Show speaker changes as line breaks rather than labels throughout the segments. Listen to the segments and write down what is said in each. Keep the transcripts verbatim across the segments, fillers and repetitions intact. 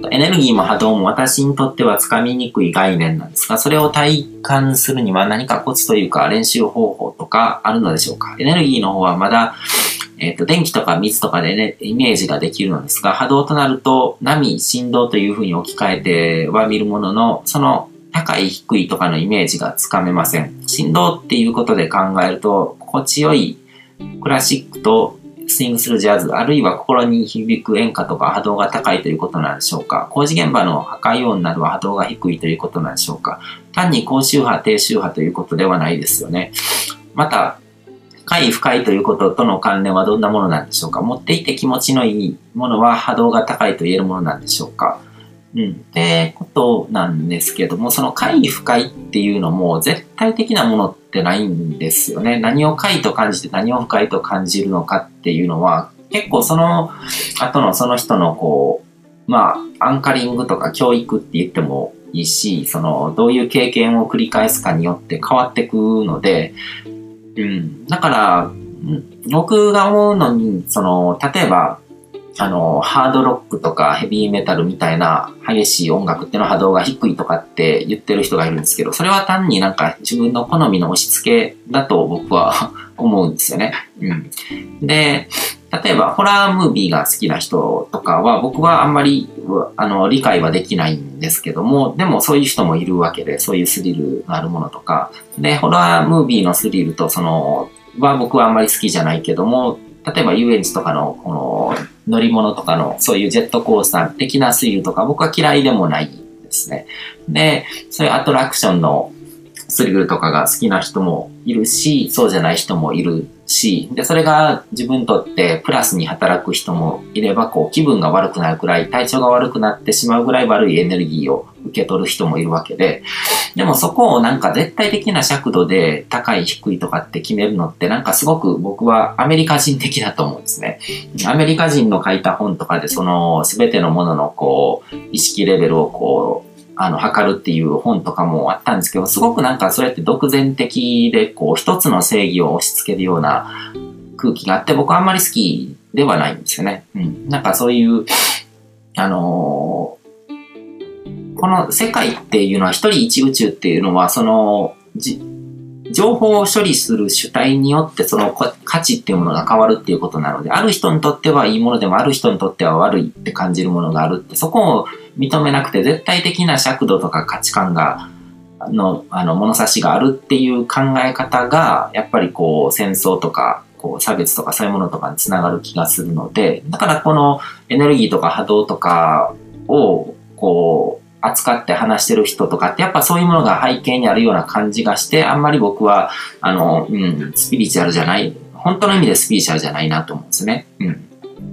エネルギーも波動も私にとってはつかみにくい概念なんですが、それを体感するには何かコツというか練習方法とかあるのでしょうか。エネルギーの方はまだ、えっと、電気とか水とかでね、イメージができるのですが、波動となると波、振動というふうに置き換えては見るものの、その高い低いとかのイメージがつかめません。振動っていうことで考えると、心地よいクラシックとスイングするジャズ、あるいは心に響く演歌とか波動が高いということなんでしょうか。工事現場の破壊音などは波動が低いということなんでしょうか。単に高周波、低周波ということではないですよね。また、深い深いということとの関連はどんなものなんでしょうか。持っていて気持ちのいいものは波動が高いと言えるものなんでしょうか。うん。ってことなんですけども、その快深いっていうのも絶対的なものってないんですよね。何を快と感じて何を深いと感じるのかっていうのは、結構その後のその人のこう、まあ、アンカリングとか教育って言ってもいいし、その、どういう経験を繰り返すかによって変わってくので、うん。だから、僕が思うのに、その、例えば、あの、ハードロックとかヘビーメタルみたいな激しい音楽っていうのは波動が低いとかって言ってる人がいるんですけど、それは単になんか自分の好みの押し付けだと僕は思うんですよね。うん。で、例えばホラームービーが好きな人とかは僕はあんまりあの理解はできないんですけども、でもそういう人もいるわけで、そういうスリルがあるものとか。で、ホラームービーのスリルとその、は僕はあんまり好きじゃないけども、例えば遊園地とかのこの乗り物とかのそういうジェットコースター的なスリルとか僕は嫌いでもないですね。で、そういうアトラクションのスリルとかが好きな人もいるし、そうじゃない人もいるし、で、それが自分にとってプラスに働く人もいれば、こう気分が悪くなるくらい、体調が悪くなってしまうぐらい悪いエネルギーを受け取る人もいるわけで、でもそこをなんか絶対的な尺度で高い低いとかって決めるのってなんかすごく僕はアメリカ人的だと思うんですね。アメリカ人の書いた本とかでその全てのもののこう意識レベルをこうあの測るっていう本とかもあったんですけど、すごくなんかそれって独善的でこう一つの正義を押し付けるような空気があって僕はあんまり好きではないんですよね。うん。なんかそういうあのーこの世界っていうのは一人一宇宙っていうのはそのじ情報を処理する主体によってその価値っていうものが変わるっていうことなので、ある人にとってはいいものでもある人にとっては悪いって感じるものがあるって、そこを認めなくて絶対的な尺度とか価値観がのあの物差しがあるっていう考え方がやっぱりこう戦争とかこう差別とかそういうものとかにつながる気がするので、だからこのエネルギーとか波動とかをこう扱って話してる人とかってやっぱそういうものが背景にあるような感じがして、あんまり僕はあの、うん、スピリチュアルじゃない、本当の意味でスピリチュアルじゃないなと思うんですね。うん。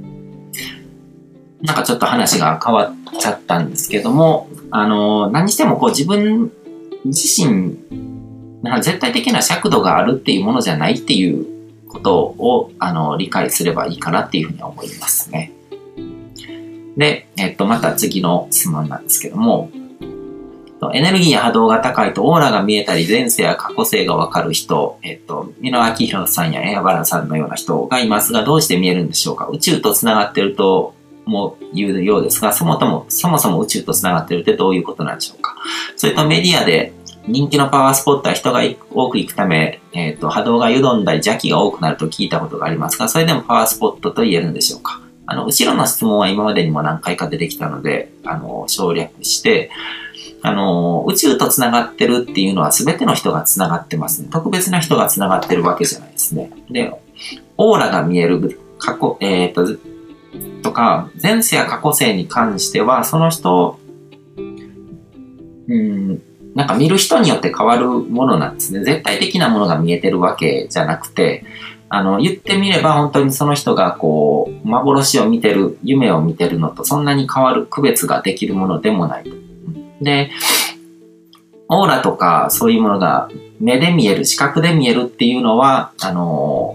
なんかちょっと話が変わっちゃったんですけども、あの、何してもこう自分自身、なんか絶対的な尺度があるっていうものじゃないっていうことをあの理解すればいいかなっていうふうに思いますね。で、えっと、また次の質問なんですけども、エネルギーや波動が高いとオーラが見えたり、前世や過去世がわかる人、えっと、箕輪明宏さんやエアバラさんのような人がいますが、どうして見えるんでしょうか。宇宙と繋がっているとも言うようですが、そもそも、そもそも宇宙と繋がっているってどういうことなんでしょうか。それとメディアで人気のパワースポットは人が多く行くため、えっと、波動が歪んだり邪気が多くなると聞いたことがありますが、それでもパワースポットと言えるんでしょうか。あの、後ろの質問は今までにも何回か出てきたので、あの、省略して、あの、宇宙と繋がってるっていうのは全ての人が繋がってますね。特別な人が繋がってるわけじゃないですね。で、オーラが見える過去、えっと、とか、前世や過去世に関しては、その人、うん、なんか見る人によって変わるものなんですね。絶対的なものが見えてるわけじゃなくて、あの、言ってみれば本当にその人がこう、幻を見てる、夢を見てるのとそんなに変わる、区別ができるものでもないと。で、オーラとかそういうものが目で見える、視覚で見えるっていうのは、あの、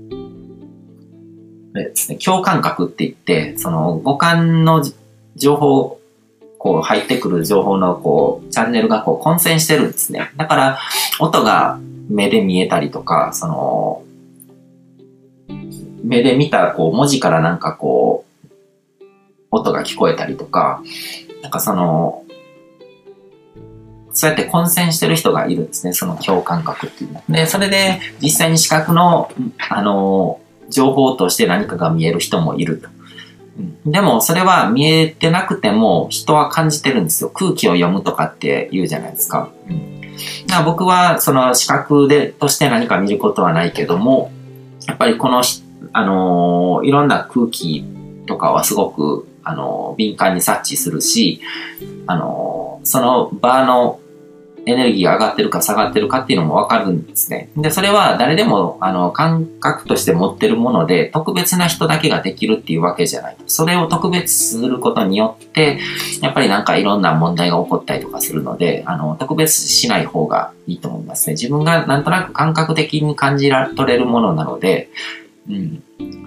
ですね、共感覚って言って、その五感の情報、こう入ってくる情報のこう、チャンネルがこう混戦してるんですね。だから、音が目で見えたりとか、その、目で見たこう文字からなんかこ音が聞こえたりとか、なんかその、そうやって混戦してる人がいるんですね、その共感覚っていうの。で、それで実際に視覚の、あの、情報として何かが見える人もいると。うん、でも、それは見えてなくても人は感じてるんですよ。空気を読むとかって言うじゃないですか。うん、だから僕はその視覚でとして何か見ることはないけども、やっぱりこの、あのー、いろんな空気とかはすごく、あのー、敏感に察知するし、あのー、その場のエネルギーが上がってるか下がってるかっていうのもわかるんですね。で、それは誰でも、あの、感覚として持ってるもので、特別な人だけができるっていうわけじゃない。それを特別することによって、やっぱりなんかいろんな問題が起こったりとかするので、あの、特別しない方がいいと思いますね。自分がなんとなく感覚的に感じられるものなので、うん。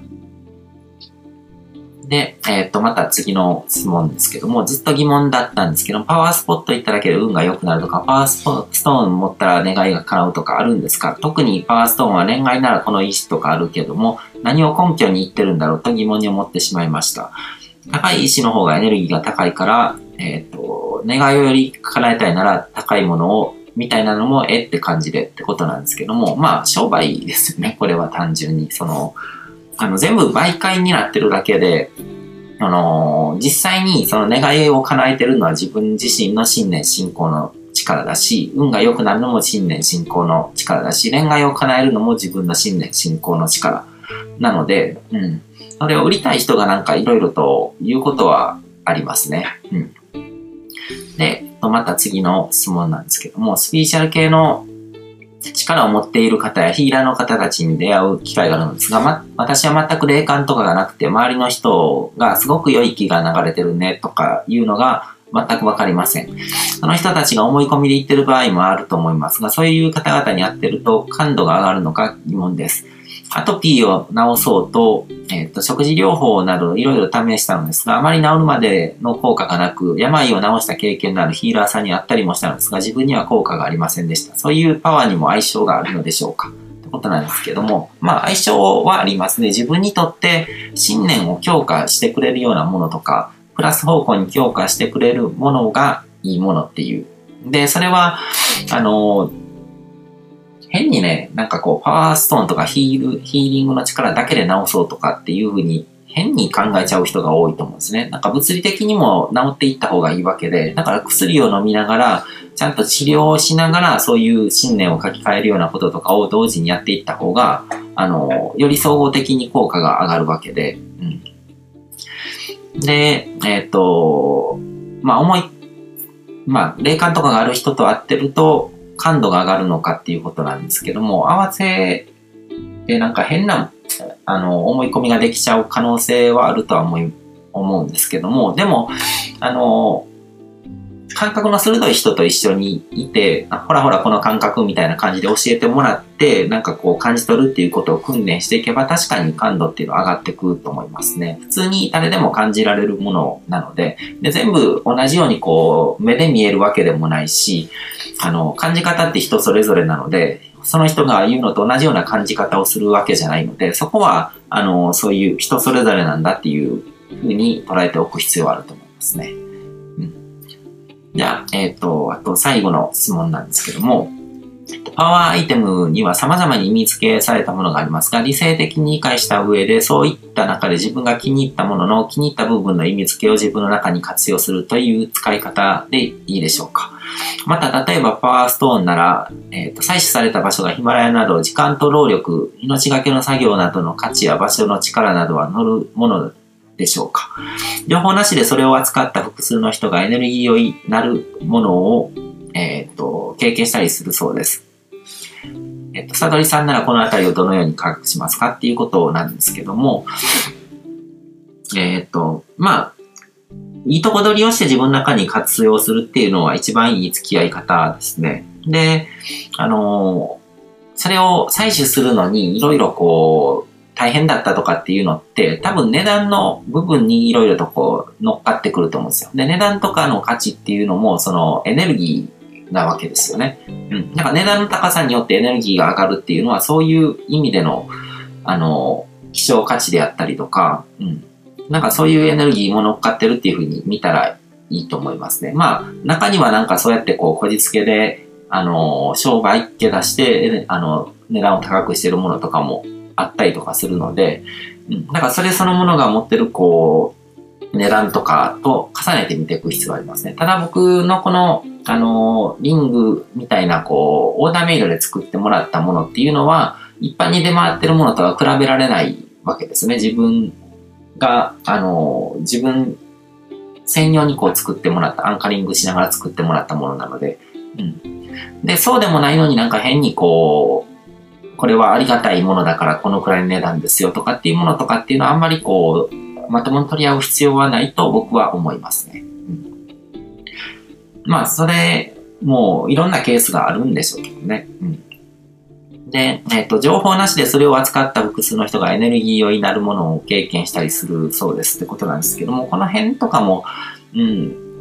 で、えっと、また次の質問ですけども、ずっと疑問だったんですけど、パワースポット行っただけで運が良くなるとか、パワースポストーン持ったら願いが叶うとかあるんですか？特にパワーストーンは恋愛ならこの石とかあるけども、何を根拠に言ってるんだろうと疑問に思ってしまいました。高い石の方がエネルギーが高いから、えっと、願いをより叶えたいなら高いものを、みたいなのもえって感じでってことなんですけども、まあ、商売ですよね。これは単純に。その、あの、全部媒介になってるだけで、あのー、実際にその願いを叶えてるのは自分自身の信念信仰の力だし、運が良くなるのも信念信仰の力だし、恋愛を叶えるのも自分の信念信仰の力なので、うん。それを売りたい人がなんかいろいろと言うことはありますね。うん。で、また次の質問なんですけども、スピリチュアル系の力を持っている方やヒーラーの方たちに出会う機会があるのですが、ま、私は全く霊感とかがなくて、周りの人がすごく良い気が流れてるねとかいうのが全くわかりません。その人たちが思い込みで言ってる場合もあると思いますが、そういう方々に会ってると感度が上がるのか疑問です。アトピーを治そうと、えっと、食事療法などいろいろ試したのですが、あまり治るまでの効果がなく、病を治した経験のあるヒーラーさんに会ったりもしたのですが、自分には効果がありませんでした。そういうパワーにも相性があるのでしょうかってことなんですけども、まあ相性はありますね。自分にとって信念を強化してくれるようなものとか、プラス方向に強化してくれるものがいいものっていう。で、それは、あの、変にね、なんかこう、パワーストーンとかヒール、ヒーリングの力だけで治そうとかっていう風に、変に考えちゃう人が多いと思うんですね。なんか物理的にも治っていった方がいいわけで、だから薬を飲みながら、ちゃんと治療をしながら、そういう信念を書き換えるようなこととかを同時にやっていった方が、あの、より総合的に効果が上がるわけで、うん。で、えっと、まあ、思い、まあ、霊感とかがある人と会ってると、感度が上がるのかっていうことなんですけども、合わせでなんか変な、あの、思い込みができちゃう可能性はあるとは思い、思うんですけども、でも、あの、感覚の鋭い人と一緒にいて、ほらほらこの感覚みたいな感じで教えてもらって、なんかこう感じ取るっていうことを訓練していけば確かに感度っていうのは上がってくると思いますね。普通に誰でも感じられるものなので、で全部同じようにこう目で見えるわけでもないし、あの感じ方って人それぞれなので、その人が言うのと同じような感じ方をするわけじゃないので、そこはあのそういう人それぞれなんだっていうふうに捉えておく必要はあると思いますね。じゃあ、えっと、あと最後の質問なんですけども、パワーアイテムには様々に意味付けされたものがありますが、理性的に理解した上で、そういった中で自分が気に入ったものの気に入った部分の意味付けを自分の中に活用するという使い方でいいでしょうか。また、例えばパワーストーンなら、えっと、採取された場所がヒマラヤなど、時間と労力、命がけの作業などの価値や場所の力などは乗るものでしょうか。情報なしでそれを扱った複数の人がエネルギーになるものを、えっと、経験したりするそうです。えっと、さどりさんならこのあたりをどのように科学しますかっていうことなんですけども、えっと、まあ、いいとこ取りをして自分の中に活用するっていうのは一番いい付き合い方ですね。で、あの、それを採取するのにいろいろこう、大変だったとかっていうのって多分値段の部分にいろいろとこう乗っかってくると思うんですよ。で、値段とかの価値っていうのもそのエネルギーなわけですよね。うん。だから値段の高さによってエネルギーが上がるっていうのはそういう意味でのあの希少価値であったりとか、うん。 なんかそういうエネルギーも乗っかってるっていうふうに見たらいいと思いますね。まあ、中にはなんかそうやってこう、こじつけで、あの、商売っ気出して、あの、値段を高くしてるものとかもあったりとかするので、うん、だからそれそのものが持ってるこう、値段とかと重ねて見ていく必要がありますね。ただ僕のこの、あの、リングみたいなこう、オーダーメイドで作ってもらったものっていうのは、一般に出回ってるものとは比べられないわけですね。自分が、あの、自分専用にこう作ってもらった、アンカリングしながら作ってもらったものなので、うん。で、そうでもないのになんか変にこう、これはありがたいものだからこのくらいの値段ですよとかっていうものとかっていうのはあんまりこう、まともに取り合う必要はないと僕は思いますね。うん、まあ、それ、もういろんなケースがあるんでしょうけどね。うん、で、えっと、情報なしでそれを扱った複数の人がエネルギーになるものを経験したりするそうですってことなんですけども、この辺とかも、うん、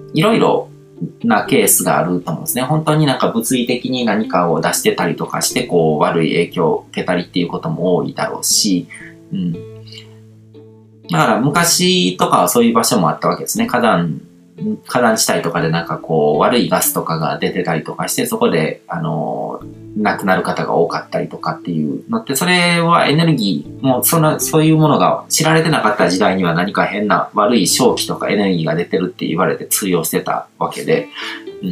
いろいろなケースがあると思うんですね。本当になんか物理的に何かを出してたりとかして、こう悪い影響を受けたりっていうことも多いだろうし、うん。だから昔とかはそういう場所もあったわけですね。火山、火山地帯とかでなんかこう悪いガスとかが出てたりとかして、そこで、あの、亡くなる方が多かったりとかっていうのって、それはエネルギー、もうその、そういうものが知られてなかった時代には何か変な悪い瘴気とかエネルギーが出てるって言われて通用してたわけで、うん。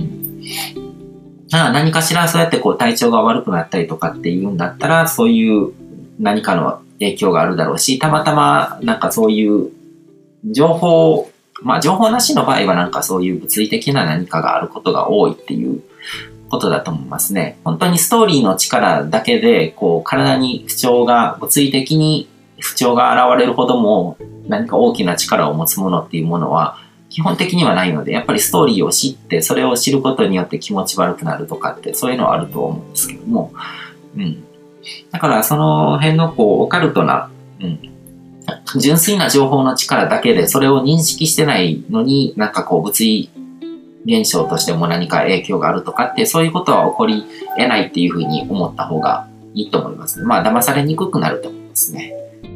だから何かしらそうやってこう体調が悪くなったりとかっていうんだったら、そういう何かの影響があるだろうし、たまたまなんかそういう情報、まあ情報なしの場合はなんかそういう物理的な何かがあることが多いっていうことだと思いますね。本当にストーリーの力だけで、こう体に不調が、物理的に不調が現れるほども何か大きな力を持つものっていうものは基本的にはないので、やっぱりストーリーを知って、それを知ることによって気持ち悪くなるとかって、そういうのはあると思うんですけども、うん。だからその辺のこうオカルトな、うん、純粋な情報の力だけでそれを認識してないのになんかこう物理現象としても何か影響があるとかってそういうことは起こり得ないっていうふうに思った方がいいと思いますね。まあ騙されにくくなると思いますね。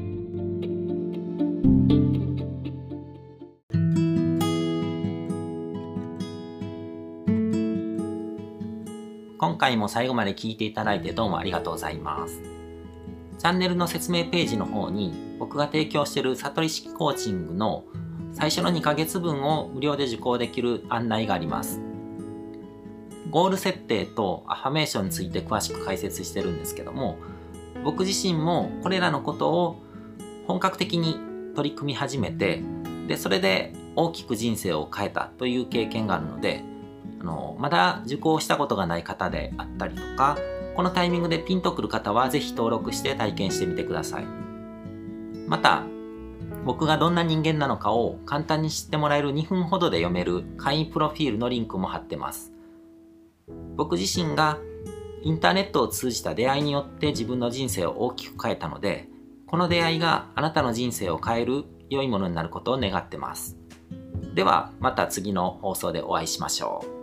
今回も最後まで聞いていただいてどうもありがとうございます。チャンネルの説明ページの方に僕が提供している悟り式コーチングの最初のにかげつぶんを無料で受講できる案内があります。ゴール設定とアファメーションについて詳しく解説してるんですけども、僕自身もこれらのことを本格的に取り組み始めて、でそれで大きく人生を変えたという経験があるので、あのまだ受講したことがない方であったりとか、このタイミングでピンとくる方はぜひ登録して体験してみてください。また、僕がどんな人間なのかを簡単に知ってもらえるにふんほどで読める会員プロフィールのリンクも貼ってます。僕自身がインターネットを通じた出会いによって自分の人生を大きく変えたので、この出会いがあなたの人生を変える良いものになることを願ってます。ではまた次の放送でお会いしましょう。